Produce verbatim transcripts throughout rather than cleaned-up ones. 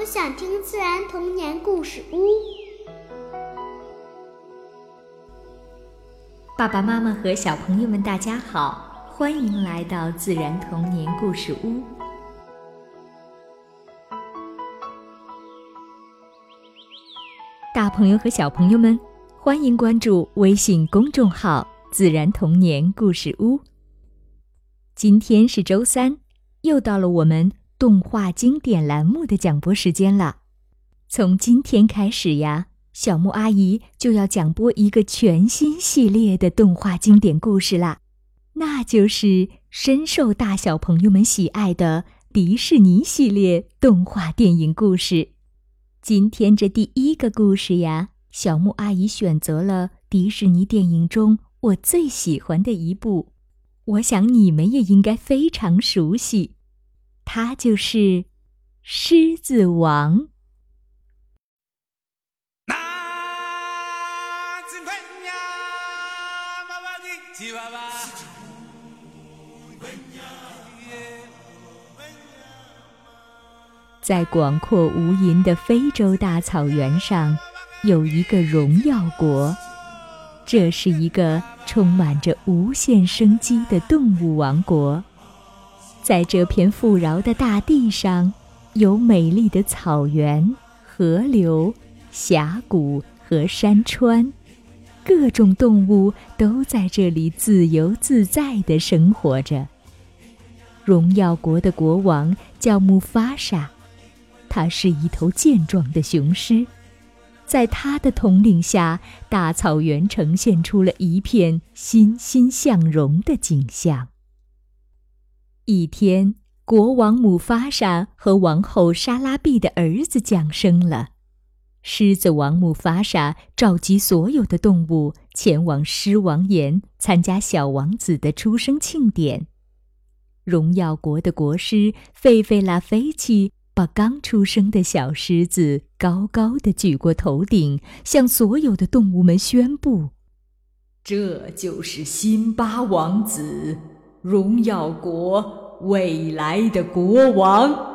我想听自然童年故事屋。 爸爸妈妈和小朋友们大家好，欢迎来到自然童年故事屋。大朋友和小朋友们，欢迎关注微信公众号自然童年故事屋。今天是周三，又到了我们动画经典栏目的讲播时间了。从今天开始呀，小木阿姨就要讲播一个全新系列的动画经典故事啦，那就是深受大小朋友们喜爱的迪士尼系列动画电影故事。今天这第一个故事呀，小木阿姨选择了迪士尼电影中我最喜欢的一部，我想你们也应该非常熟悉，它就是《狮子王》。在广阔无垠的非洲大草原上，有一个荣耀国，这是一个充满着无限生机的动物王国。在这片富饶的大地上，有美丽的草原、河流、峡谷和山川，各种动物都在这里自由自在地生活着。荣耀国的国王叫木法沙，他是一头健壮的雄狮，在他的统领下，大草原呈现出了一片欣欣向荣的景象。一天，国王姆法沙和王后莎拉碧的儿子降生了。狮子王姆法沙召集所有的动物前往狮王岩参加小王子的出生庆典。荣耀国的国师费费拉菲奇把刚出生的小狮子高高地举过头顶，向所有的动物们宣布：这就是辛巴王子，荣耀国未来的国王。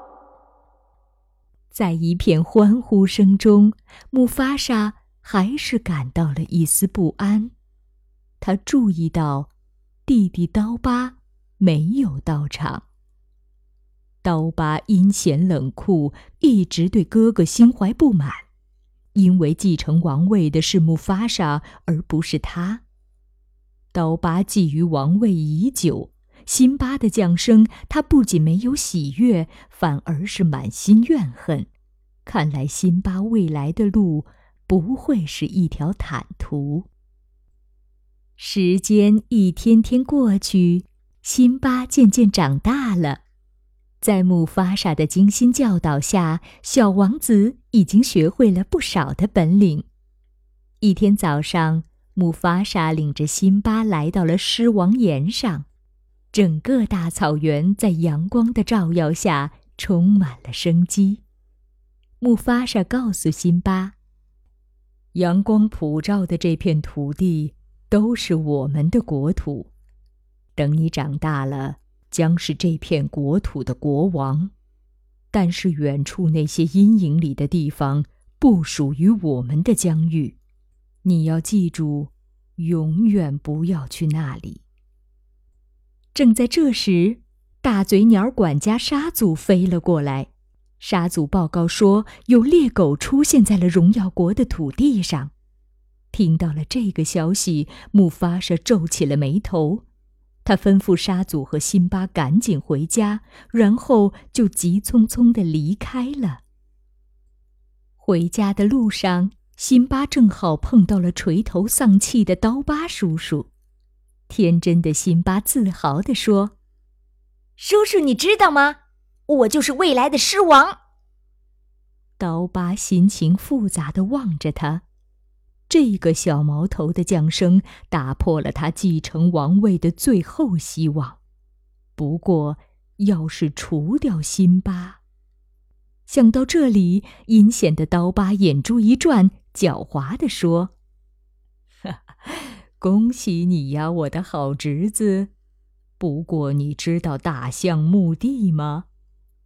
在一片欢呼声中，木法沙还是感到了一丝不安。他注意到弟弟刀疤没有到场。刀疤阴险冷酷，一直对哥哥心怀不满，因为继承王位的是木法沙，而不是他。刀疤觊觎王位已久，辛巴的降生，他不仅没有喜悦，反而是满心怨恨。看来辛巴未来的路不会是一条坦途。时间一天天过去，辛巴渐渐长大了。在木法沙的精心教导下，小王子已经学会了不少的本领。一天早上，木法沙领着辛巴来到了狮王岩上，整个大草原在阳光的照耀下充满了生机。木法沙告诉辛巴，阳光普照的这片土地都是我们的国土，等你长大了，将是这片国土的国王，但是远处那些阴影里的地方不属于我们的疆域，你要记住，永远不要去那里。正在这时，大嘴鸟管家沙祖飞了过来。沙祖报告说，有猎狗出现在了荣耀国的土地上。听到了这个消息，木法沙皱起了眉头。他吩咐沙祖和辛巴赶紧回家，然后就急匆匆地离开了。回家的路上，辛巴正好碰到了垂头丧气的刀疤叔叔。天真的辛巴自豪地说： 叔叔，你知道吗？我就是未来的狮王。 刀疤心情复杂地望着他。这个小毛头的降生打破了他继承王位的最后希望。不过，要是除掉辛巴……想到这里，阴险的刀疤眼珠一转，狡猾地说：哈哈，恭喜你呀，我的好侄子！不过你知道大象墓地吗？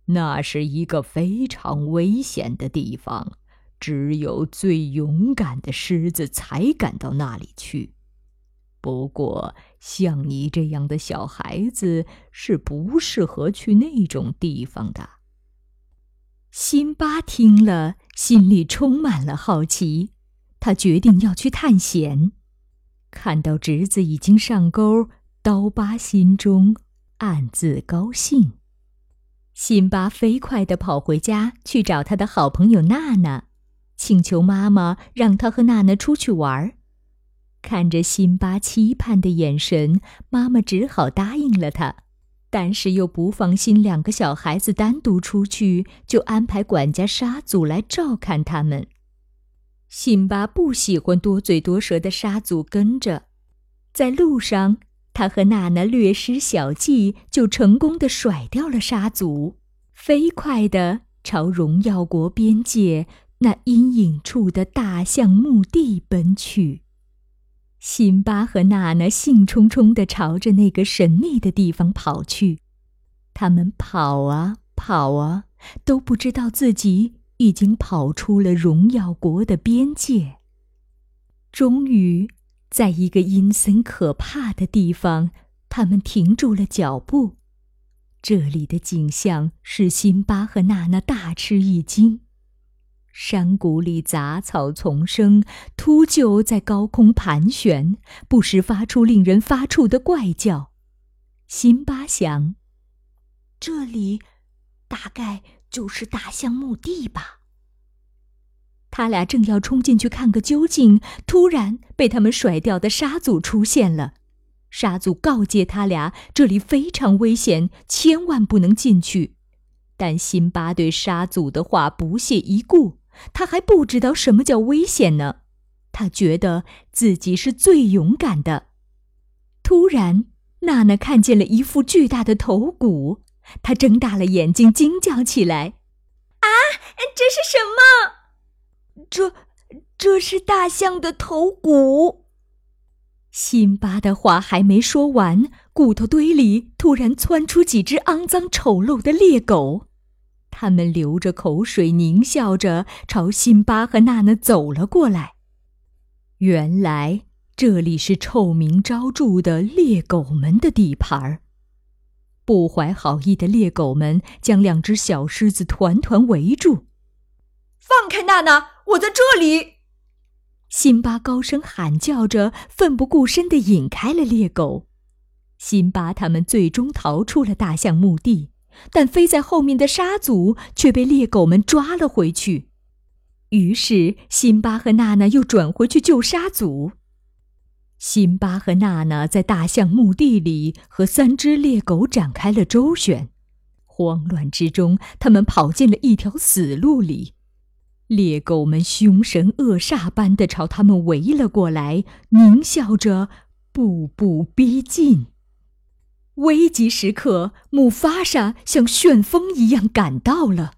那是一个非常危险的地方，只有最勇敢的狮子才敢到那里去。不过，像你这样的小孩子是不适合去那种地方的。”辛巴听了，心里充满了好奇，他决定要去探险。看到侄子已经上钩，刀疤心中暗自高兴。辛巴飞快地跑回家去找他的好朋友娜娜，请求妈妈让他和娜娜出去玩。看着辛巴期盼的眼神，妈妈只好答应了他，但是又不放心两个小孩子单独出去，就安排管家沙祖来照看他们。辛巴不喜欢多嘴多舌的沙祖跟着，在路上，他和娜娜略施小计，就成功地甩掉了沙祖，飞快地朝荣耀国边界那阴影处的大象墓地奔去。辛巴和娜娜兴冲冲地朝着那个神秘的地方跑去，他们跑啊跑啊，都不知道自己已经跑出了荣耀国的边界。终于，在一个阴森可怕的地方，他们停住了脚步。这里的景象使辛巴和娜娜大吃一惊。山谷里杂草丛生，秃鹫在高空盘旋，不时发出令人发怵的怪叫。辛巴想，这里大概就是大象墓地吧。他俩正要冲进去看个究竟，突然被他们甩掉的沙祖出现了。沙祖告诫他俩，这里非常危险，千万不能进去。但辛巴对沙祖的话不屑一顾，他还不知道什么叫危险呢。他觉得自己是最勇敢的。突然，娜娜看见了一副巨大的头骨，她睁大了眼睛，惊叫起来：“ 啊，这是什么？ 这，这是大象的头骨！”辛巴的话还没说完，骨头堆里突然窜出几只肮脏丑陋的猎狗，它们流着口水，狞笑着朝辛巴和娜娜走了过来。原来这里是臭名昭著的猎狗们的地盘。不怀好意的猎狗们将两只小狮子团团围住。 “放开娜娜，我在这里！” 辛巴高声喊叫着，奋不顾身地引开了猎狗。辛巴他们最终逃出了大象墓地，但飞在后面的沙祖却被猎狗们抓了回去。于是辛巴和娜娜又转回去救沙祖。辛巴和娜娜在大象墓地里和三只猎狗展开了周旋，慌乱之中，他们跑进了一条死路里。猎狗们凶神恶煞般地朝他们围了过来，狞笑着步步逼近。危急时刻，姆法沙像旋风一样赶到了。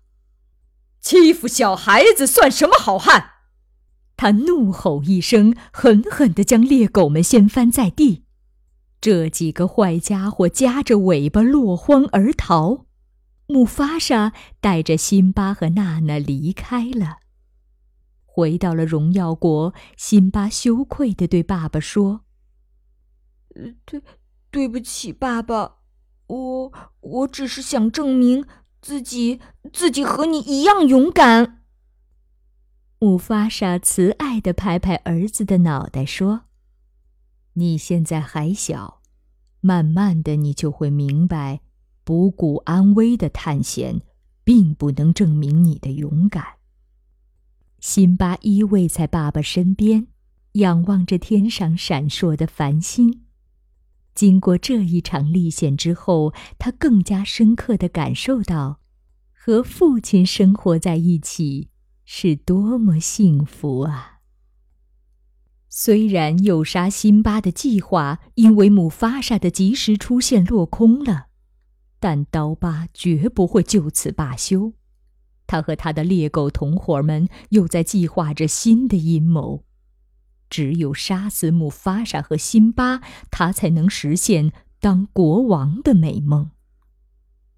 “欺负小孩子算什么好汉！” 他怒吼一声，狠狠地将猎狗们掀翻在地。这几个坏家伙夹着尾巴落荒而逃。姆法沙带着辛巴和娜娜离开了。回到了荣耀国，辛巴羞愧地对爸爸说：“ 对，对不起，爸爸，我我只是想证明自己，自己和你一样勇敢。” 姆法沙慈爱地拍拍儿子的脑袋说：“你现在还小，慢慢的你就会明白，不顾安危的探险，并不能证明你的勇敢。”辛巴依偎在爸爸身边，仰望着天上闪烁的繁星。经过这一场历险之后，他更加深刻地感受到，和父亲生活在一起是多么幸福啊！虽然诱杀辛巴的计划因为姆法沙的及时出现落空了，但刀疤绝不会就此罢休。他和他的猎狗同伙们又在计划着新的阴谋。只有杀死姆法沙和辛巴，他才能实现当国王的美梦。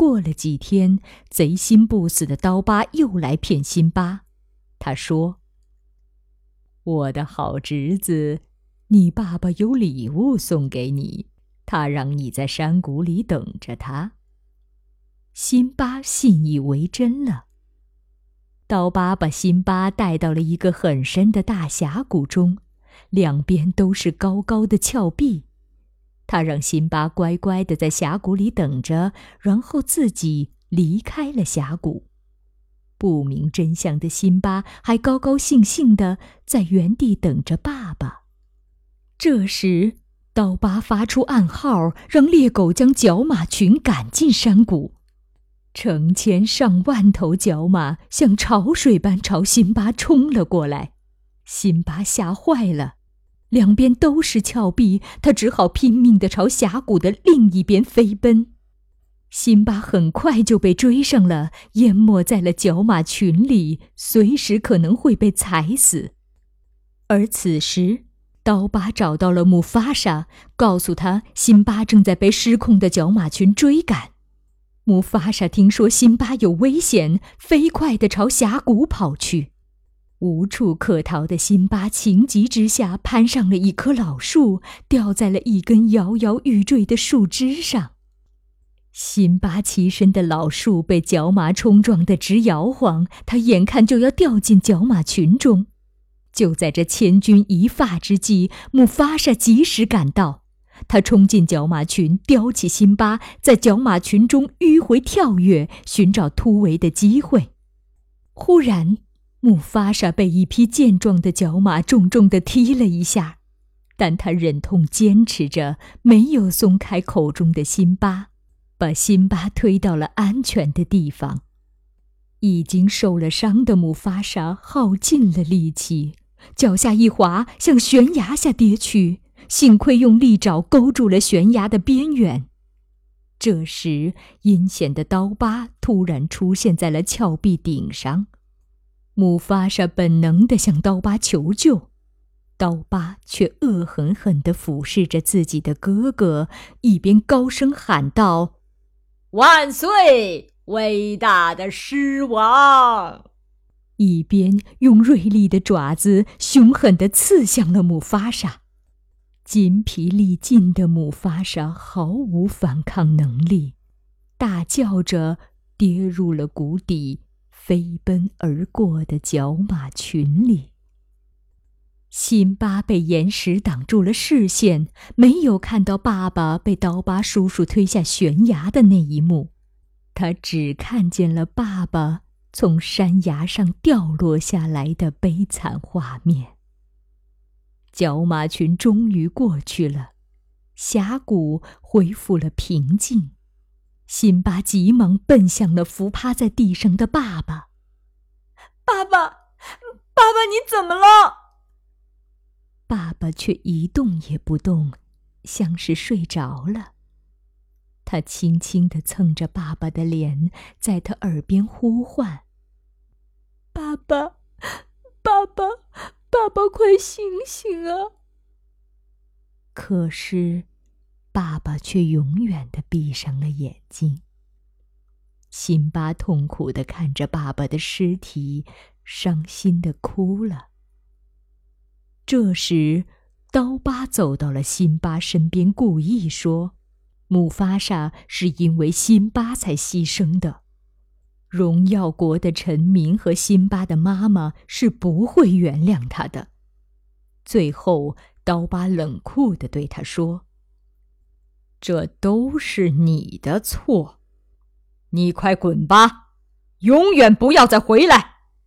过了几天，贼心不死的刀疤又来骗辛巴。他说：“我的好侄子，你爸爸有礼物送给你，他让你在山谷里等着他。”辛巴信以为真了。刀疤把辛巴带到了一个很深的大峡谷中，两边都是高高的峭壁。他让辛巴乖乖地在峡谷里等着，然后自己离开了峡谷。不明真相的辛巴还高高兴兴地在原地等着爸爸。这时，刀疤发出暗号，让猎狗将角马群赶进山谷。成千上万头角马像潮水般朝辛巴冲了过来。辛巴吓坏了，两边都是峭壁，他只好拼命地朝峡谷的另一边飞奔。辛巴很快就被追上了，淹没在了角马群里，随时可能会被踩死。而此时，刀疤找到了姆法沙，告诉他辛巴正在被失控的角马群追赶。姆法沙听说辛巴有危险，飞快地朝峡谷跑去。无处可逃的辛巴情急之下攀上了一棵老树，掉在了一根摇摇欲坠的树枝上。辛巴栖身的老树被角马冲撞得直摇晃，他眼看就要掉进角马群中。就在这千钧一发之际，姆法沙及时赶到，他冲进角马群，叼起辛巴，在角马群中迂回跳跃，寻找突围的机会。忽然，姆法沙被一匹健壮的角马重重地踢了一下，但他忍痛坚持着，没有松开口中的辛巴，把辛巴推到了安全的地方。已经受了伤的姆法沙耗尽了力气，脚下一滑，向悬崖下跌去，幸亏用利爪勾住了悬崖的边缘。这时，阴险的刀疤突然出现在了峭壁顶上。姆法沙本能地向刀疤求救，刀疤却恶狠狠地俯视着自己的哥哥，一边高声喊道：“ 万岁，伟大的狮王！” 一边用锐利的爪子凶狠地刺向了姆法沙。筋疲力尽的姆法沙毫无反抗能力，大叫着跌入了谷底飞奔而过的角马群里。辛巴被岩石挡住了视线，没有看到爸爸被刀疤叔叔推下悬崖的那一幕，他只看见了爸爸从山崖上掉落下来的悲惨画面。角马群终于过去了，峡谷恢复了平静。辛巴急忙奔向了伏趴在地上的爸爸。 爸爸，爸爸，你怎么了？ 爸爸却一动也不动，像是睡着了。他轻轻地蹭着爸爸的脸，在他耳边呼唤：“ 爸爸，爸爸，爸爸，快醒醒啊！” 可是，爸爸却永远地闭上了眼睛。辛巴痛苦地看着爸爸的尸体，伤心地哭了。这时，刀疤走到了辛巴身边，故意说：“姆法沙是因为辛巴才牺牲的。荣耀国的臣民和辛巴的妈妈是不会原谅他的。”最后，刀疤冷酷地对他说：“这都是你的错，你快滚吧，永远不要再回来。”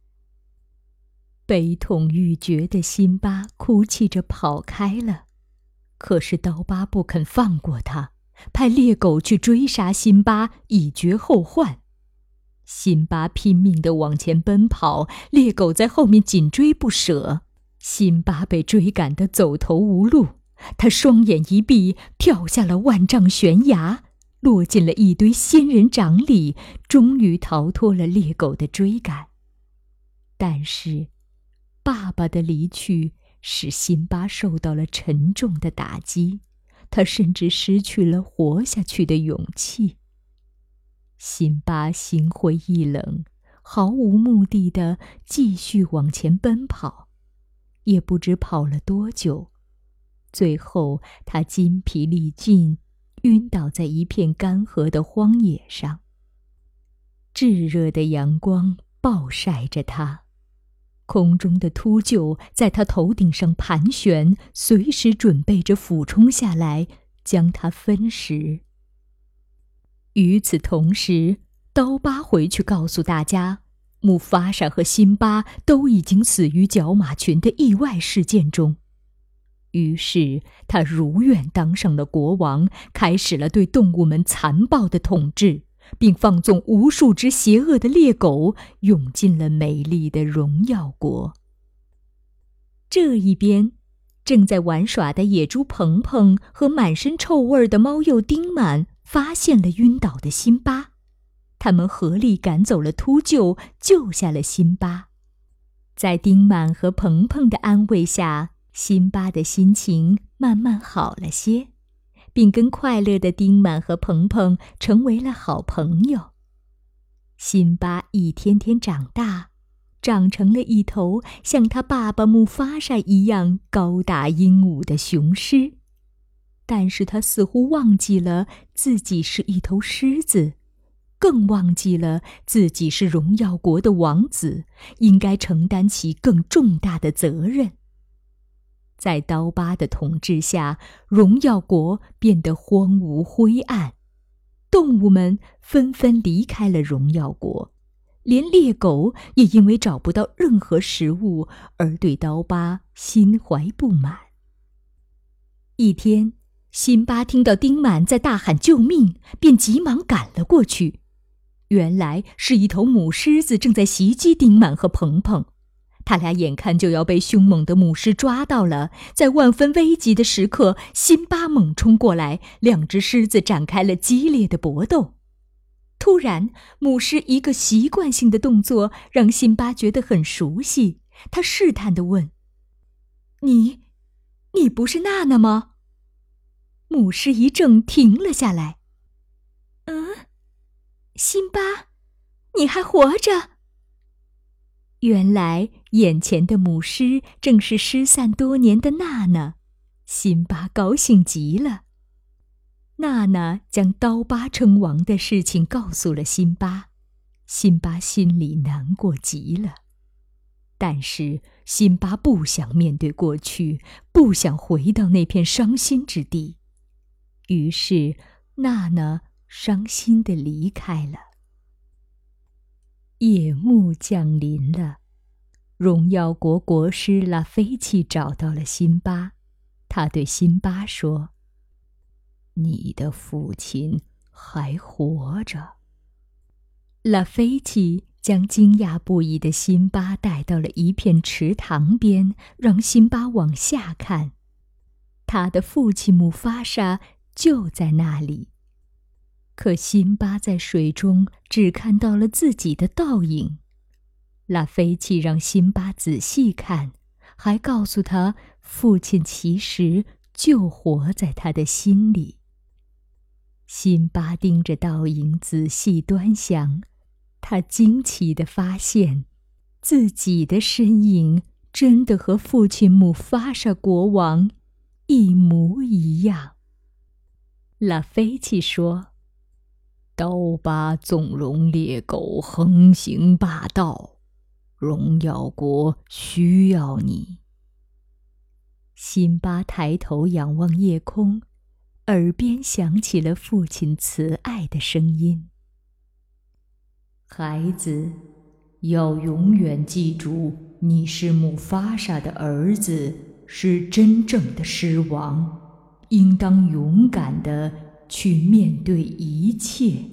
悲痛欲绝的辛巴哭泣着跑开了，可是刀疤不肯放过他，派猎狗去追杀辛巴，以绝后患。辛巴拼命地往前奔跑，猎狗在后面紧追不舍。辛巴被追赶得走投无路，他双眼一闭，跳下了万丈悬崖，落进了一堆仙人掌里，终于逃脱了猎狗的追赶。但是，爸爸的离去使辛巴受到了沉重的打击，他甚至失去了活下去的勇气。 辛巴心灰意冷，毫无目的地继续往前奔跑，也不知跑了多久，最后他筋疲力尽，晕倒在一片干涸的荒野上。炙热的阳光暴晒着他，空中的秃鹫在他头顶上盘旋，随时准备着俯冲下来，将他分食。与此同时，刀疤回去告诉大家，木法沙和辛巴都已经死于角马群的意外事件中。于是他如愿当上了国王，开始了对动物们残暴的统治，并放纵无数只邪恶的猎狗涌进了美丽的荣耀国。这一边，正在玩耍的野猪鹏鹏和满身臭味的猫鼬丁满发现了晕倒的辛巴，他们合力赶走了秃鹫，救下了辛巴。在丁满和鹏鹏的安慰下，辛巴的心情慢慢好了些，并跟快乐的丁满和鹏鹏成为了好朋友。辛巴一天天长大，长成了一头像他爸爸木法沙一样高大英武的雄狮。但是他似乎忘记了自己是一头狮子，更忘记了自己是荣耀国的王子，应该承担起更重大的责任。在刀疤的统治下，荣耀国变得荒芜灰暗，动物们纷纷离开了荣耀国，连猎狗也因为找不到任何食物而对刀疤心怀不满。一天，辛巴听到丁满在大喊救命，便急忙赶了过去。原来是一头母狮子正在袭击丁满和鹏鹏，他俩眼看就要被凶猛的母狮抓到了。在万分危急的时刻，辛巴猛冲过来，两只狮子展开了激烈的搏斗。突然，母狮一个习惯性的动作让辛巴觉得很熟悉，他试探地问：你你不是娜娜吗？母狮一怔，停了下来。嗯，辛巴，你还活着？原来眼前的母狮正是失散多年的娜娜，辛巴高兴极了。娜娜将刀疤称王的事情告诉了辛巴，辛巴心里难过极了。但是辛巴不想面对过去，不想回到那片伤心之地。于是娜娜伤心地离开了。夜幕降临了，荣耀国国师拉菲奇找到了辛巴，他对辛巴说：你的父亲还活着。拉菲奇将惊讶不已的辛巴带到了一片池塘边，让辛巴往下看。他的父亲木法沙就在那里，可辛巴在水中只看到了自己的倒影。拉菲奇让辛巴仔细看，还告诉他父亲其实就活在他的心里。辛巴盯着倒影仔细端详，他惊奇地发现，自己的身影真的和父亲木法沙国王一模一样。拉菲奇说：刀疤纵容猎狗横行霸道，荣耀国需要你。辛巴抬头仰望夜空，耳边响起了父亲慈爱的声音：孩子，要永远记住，你是木法沙的儿子，是真正的狮王，应当勇敢地去面对一切。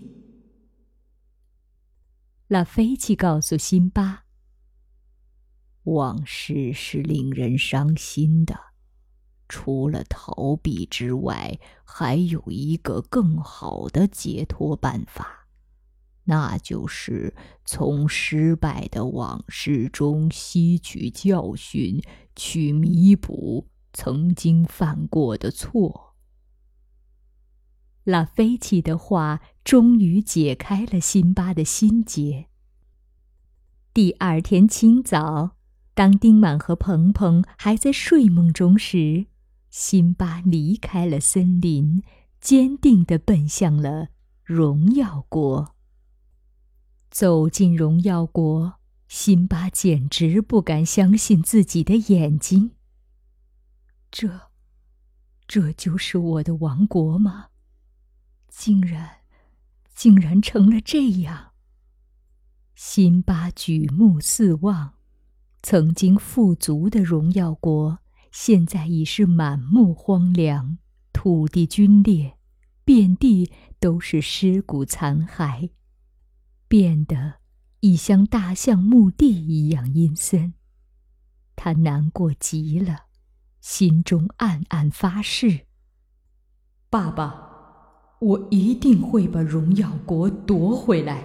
拉菲奇告诉辛巴：往事是令人伤心的，除了逃避之外，还有一个更好的解脱办法，那就是从失败的往事中吸取教训，去弥补曾经犯过的错。拉菲奇的话终于解开了辛巴的心结。第二天清早，当丁满和鹏鹏还在睡梦中时，辛巴离开了森林，坚定地奔向了荣耀国。走进荣耀国，辛巴简直不敢相信自己的眼睛。这，这就是我的王国吗？竟然，竟然成了这样。辛巴举目四望，曾经富足的荣耀国，现在已是满目荒凉，土地龟裂，遍地都是尸骨残骸，变得已像大象墓地一样阴森。他难过极了，心中暗暗发誓：爸爸，我一定会把荣耀国夺回来。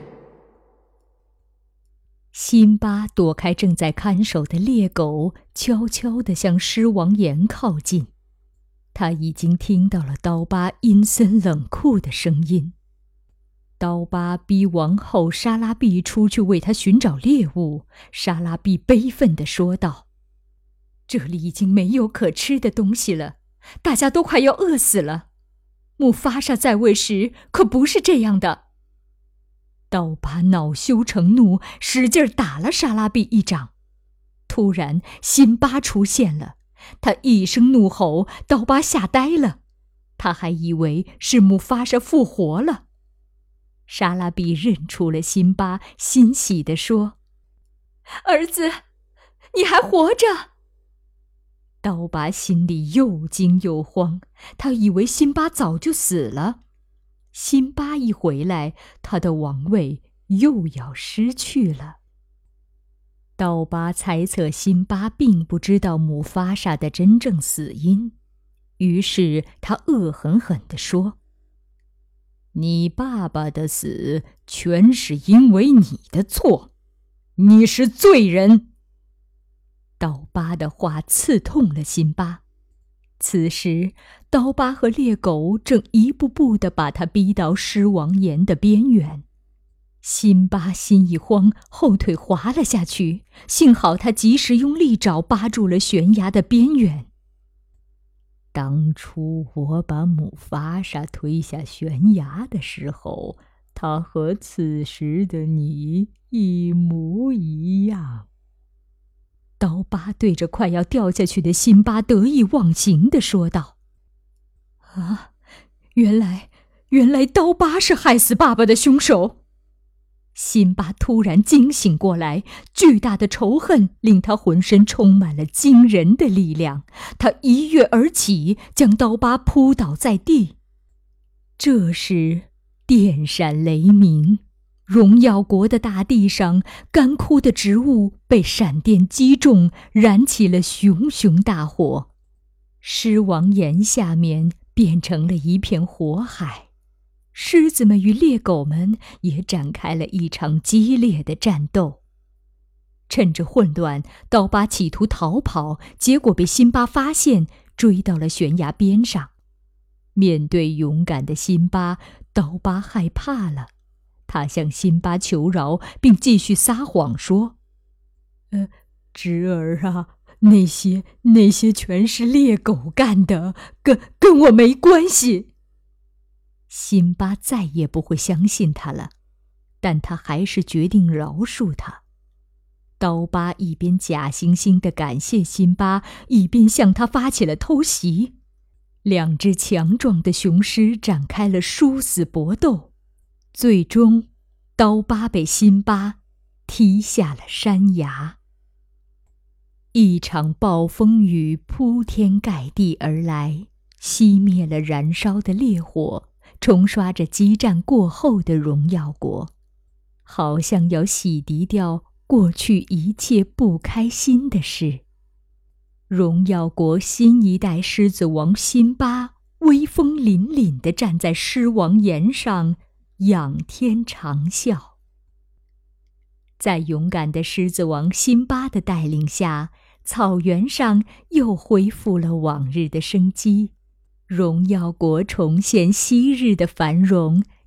辛巴躲开正在看守的猎狗，悄悄地向狮王岩靠近。他已经听到了刀疤阴森冷酷的声音。刀疤逼王后莎拉碧出去为他寻找猎物。莎拉碧悲愤地说道：“这里已经没有可吃的东西了，大家都快要饿死了。穆法沙在位时可不是这样的。”刀疤恼羞成怒，使劲打了莎拉碧一掌。突然，辛巴出现了，他一声怒吼，刀疤吓呆了，他还以为是穆法沙复活了。莎拉碧认出了辛巴，欣喜地说：“儿子，你还活着！”刀疤心里又惊又慌，他以为辛巴早就死了。辛巴一回来，他的王位又要失去了。刀疤猜测辛巴并不知道姆法沙的真正死因，于是他恶狠狠地说：“你爸爸的死全是因为你的错，你是罪人。”刀疤的话刺痛了辛巴。此时，刀疤和猎狗正一步步地把他逼到狮王岩的边缘。辛巴心一慌，后腿滑了下去，幸好他及时用利爪扒住了悬崖的边缘。当初我把姆法沙推下悬崖的时候，他和此时的你一模一样。刀疤对着快要掉下去的辛巴得意忘形地说道：“啊，原来，原来刀疤是害死爸爸的凶手。”辛巴突然惊醒过来，巨大的仇恨令他浑身充满了惊人的力量。他一跃而起，将刀疤扑倒在地。这时，电闪雷鸣。荣耀国的大地上，干枯的植物被闪电击中，燃起了熊熊大火。狮王岩下面变成了一片火海，狮子们与猎狗们也展开了一场激烈的战斗。趁着混乱，刀疤企图逃跑，结果被辛巴发现，追到了悬崖边上。面对勇敢的辛巴，刀疤害怕了。他向辛巴求饶，并继续撒谎说：“呃，侄儿啊，那些那些全是猎狗干的，跟跟我没关系。”辛巴再也不会相信他了，但他还是决定饶恕他。刀疤一边假惺惺地感谢辛巴，一边向他发起了偷袭。两只强壮的雄狮展开了殊死搏斗。最终，刀疤被辛巴踢下了山崖。一场暴风雨铺天盖地而来，熄灭了燃烧的烈火，冲刷着激战过后的荣耀国，好像要洗涤掉过去一切不开心的事。荣耀国新一代狮子王辛巴威风凛凛地站在狮王岩上，仰天长啸。在勇敢的狮子王辛巴的带领下，草原上又恢复了往日的生机，荣耀国重现昔日的繁荣，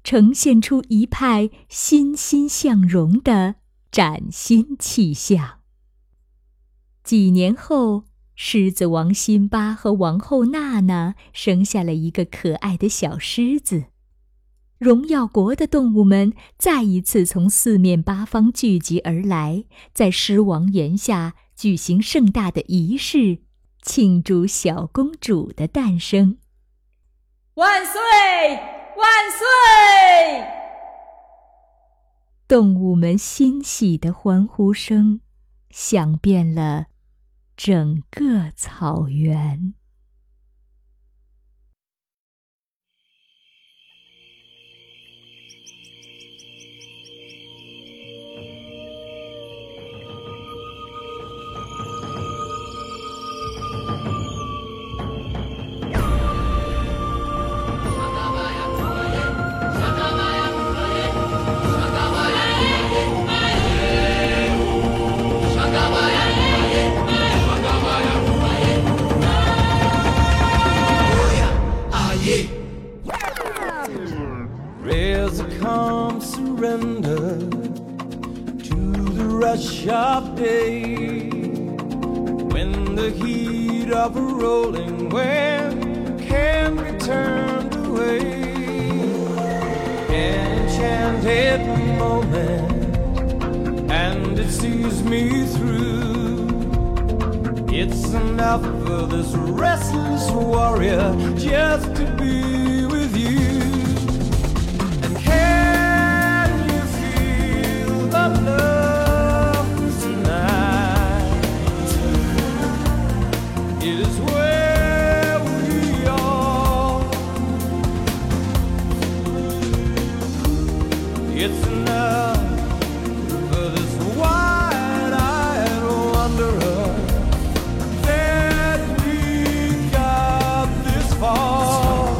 呈现出一派欣欣向荣的崭新气象。几年后，狮子王辛巴和王后娜娜生下了一个可爱的小狮子。荣耀国的动物们再一次从四面八方聚集而来，在狮王檐下举行盛大的仪式，庆祝小公主的诞生。 万岁！万岁！ 动物们欣喜的欢呼声响遍了整个草原。 There's a calm surrender to the rush of day, when the heat of a rolling wave can be turned away. An enchanted moment, and it sees me through. It's enough for this restless warrior just to be with you. It's enough for this wide-eyed wanderer that we got this far.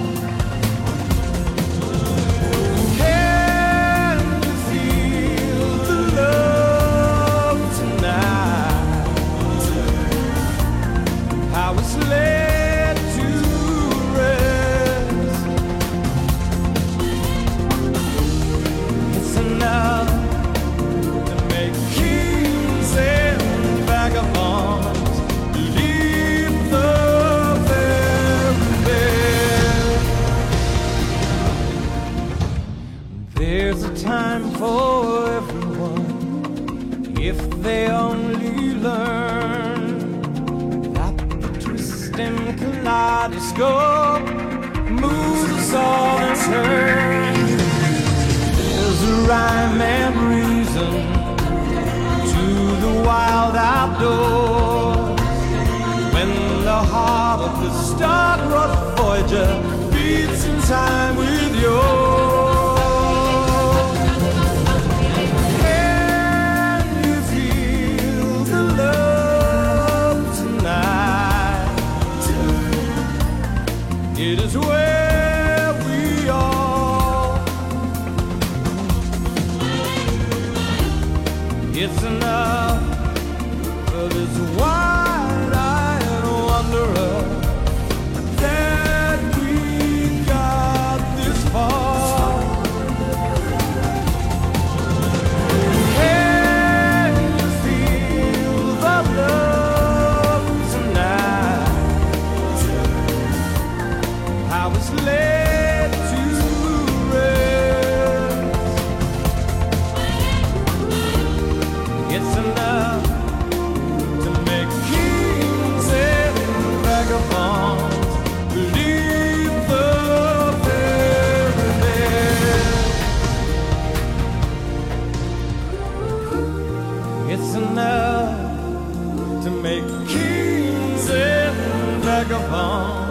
Can you feel the love tonight? How it's laid to rest. It's enough to make kings and vagabonds leave the very best. There's a time for everyone if they only learn that the twisting kaleidoscope moves us all in turn. There's a rhyme and reason to the wild outdoors, when the heart of the star-crossed Voyager beats in time with yours. Can you feel the love tonight? It is where we are. It's enough for this wide-eyed wanderer that we got this far. Can you feel the love tonight? How it's laid to rest. It's enough to make kings and vagabonds believe the very best. It's enough to make kings and vagabonds